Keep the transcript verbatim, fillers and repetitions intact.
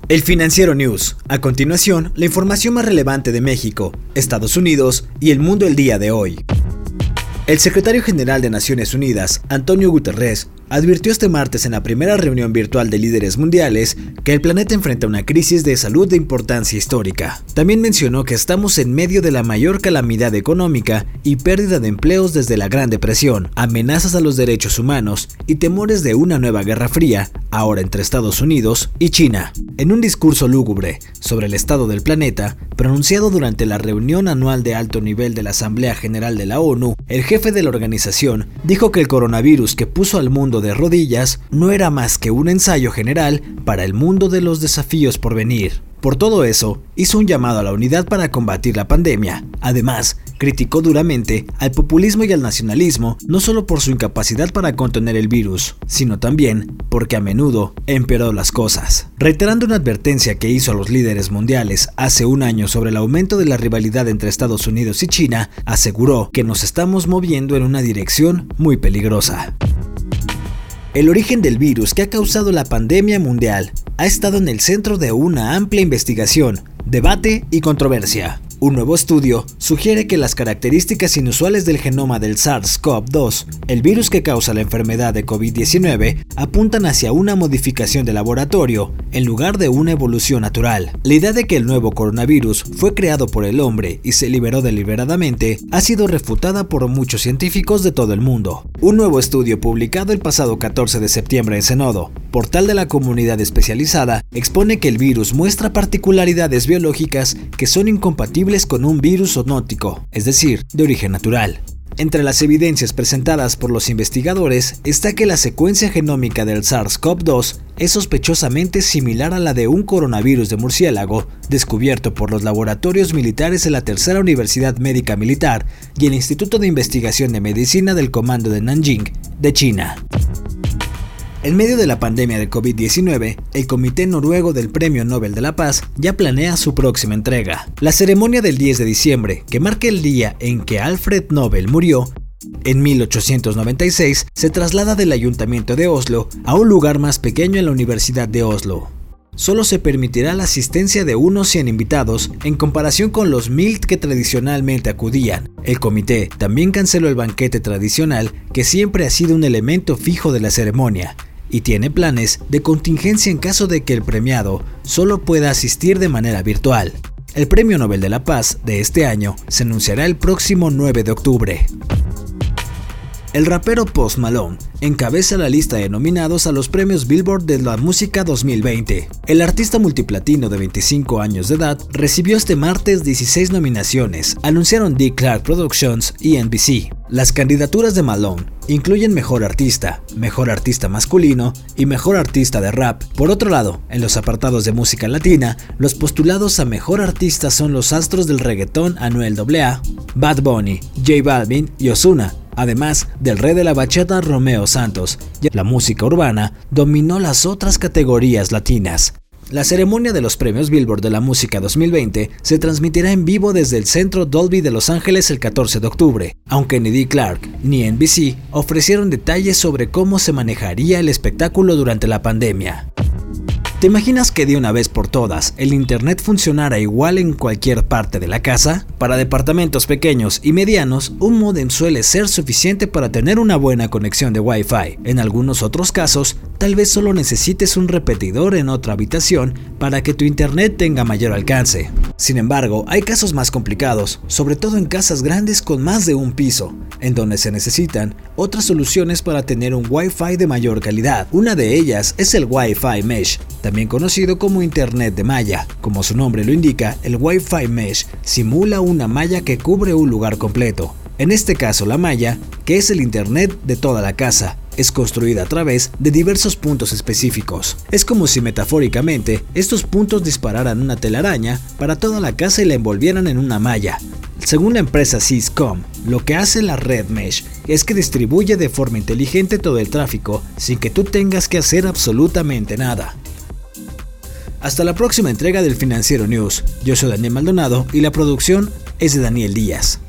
El Financiero News. A continuación, la información más relevante de México, Estados Unidos y el mundo el día de hoy. El secretario general de Naciones Unidas, Antonio Guterres, advirtió este martes en la primera reunión virtual de líderes mundiales que el planeta enfrenta una crisis de salud de importancia histórica. También mencionó que estamos en medio de la mayor calamidad económica y pérdida de empleos desde la Gran Depresión, amenazas a los derechos humanos y temores de una nueva guerra fría, ahora entre Estados Unidos y China. En un discurso lúgubre sobre el estado del planeta, pronunciado durante la reunión anual de alto nivel de la Asamblea General de la ONU, el jefe de la organización dijo que el coronavirus que puso al mundo de rodillas no era más que un ensayo general para el mundo de los desafíos por venir. Por todo eso, hizo un llamado a la unidad para combatir la pandemia. Además, criticó duramente al populismo y al nacionalismo, no solo por su incapacidad para contener el virus, sino también porque a menudo empeoró las cosas. Reiterando una advertencia que hizo a los líderes mundiales hace un año sobre el aumento de la rivalidad entre Estados Unidos y China, aseguró que nos estamos moviendo en una dirección muy peligrosa. El origen del virus que ha causado la pandemia mundial ha estado en el centro de una amplia investigación, debate y controversia. Un nuevo estudio sugiere que las características inusuales del genoma del SARS CoV dos, el virus que causa la enfermedad de COVID diecinueve, apuntan hacia una modificación de laboratorio en lugar de una evolución natural. La idea de que el nuevo coronavirus fue creado por el hombre y se liberó deliberadamente ha sido refutada por muchos científicos de todo el mundo. Un nuevo estudio publicado el pasado catorce de septiembre en Zenodo, portal de la comunidad especializada, expone que el virus muestra particularidades biológicas que son incompatibles con un virus zoonótico, es decir, de origen natural. Entre las evidencias presentadas por los investigadores está que la secuencia genómica del SARS CoV dos es sospechosamente similar a la de un coronavirus de murciélago descubierto por los laboratorios militares de la Tercera Universidad Médica Militar y el Instituto de Investigación de Medicina del Comando de Nanjing, de China. En medio de la pandemia de COVID diecinueve, el Comité Noruego del Premio Nobel de la Paz ya planea su próxima entrega. La ceremonia del diez de diciembre, que marca el día en que Alfred Nobel murió, en mil ochocientos noventa y seis, se traslada del Ayuntamiento de Oslo a un lugar más pequeño en la Universidad de Oslo. Solo se permitirá la asistencia de unos cien invitados en comparación con los mil que tradicionalmente acudían. El comité también canceló el banquete tradicional, que siempre ha sido un elemento fijo de la ceremonia, y tiene planes de contingencia en caso de que el premiado solo pueda asistir de manera virtual. El Premio Nobel de la Paz de este año se anunciará el próximo nueve de octubre. El rapero Post Malone encabeza la lista de nominados a los premios Billboard de la música dos mil veinte. El artista multiplatino de veinticinco años de edad recibió este martes dieciséis nominaciones, anunciaron Dick Clark Productions y N B C. Las candidaturas de Malone incluyen Mejor Artista, Mejor Artista Masculino y Mejor Artista de Rap. Por otro lado, en los apartados de música latina, los postulados a Mejor Artista son los astros del reggaetón Anuel doble A, Bad Bunny, J Balvin y Ozuna, además del rey de la bachata Romeo Santos. La música urbana dominó las otras categorías latinas. La ceremonia de los premios Billboard de la música dos mil veinte se transmitirá en vivo desde el Centro Dolby de Los Ángeles el catorce de octubre, aunque ni Dick Clark ni N B C ofrecieron detalles sobre cómo se manejaría el espectáculo durante la pandemia. ¿Te imaginas que de una vez por todas el internet funcionara igual en cualquier parte de la casa? Para departamentos pequeños y medianos, un módem suele ser suficiente para tener una buena conexión de Wi-Fi. En algunos otros casos, tal vez solo necesites un repetidor en otra habitación para que tu internet tenga mayor alcance. Sin embargo, hay casos más complicados, sobre todo en casas grandes con más de un piso, en donde se necesitan otras soluciones para tener un Wi-Fi de mayor calidad. Una de ellas es el Wi-Fi Mesh, también conocido como Internet de malla. Como su nombre lo indica, el Wi-Fi Mesh simula una malla que cubre un lugar completo. En este caso, la malla, que es el Internet de toda la casa, es construida a través de diversos puntos específicos. Es como si metafóricamente estos puntos dispararan una telaraña para toda la casa y la envolvieran en una malla. Según la empresa Ciscom, lo que hace la red Mesh es que distribuye de forma inteligente todo el tráfico sin que tú tengas que hacer absolutamente nada. Hasta la próxima entrega del Financiero News. Yo soy Daniel Maldonado y la producción es de Daniel Díaz.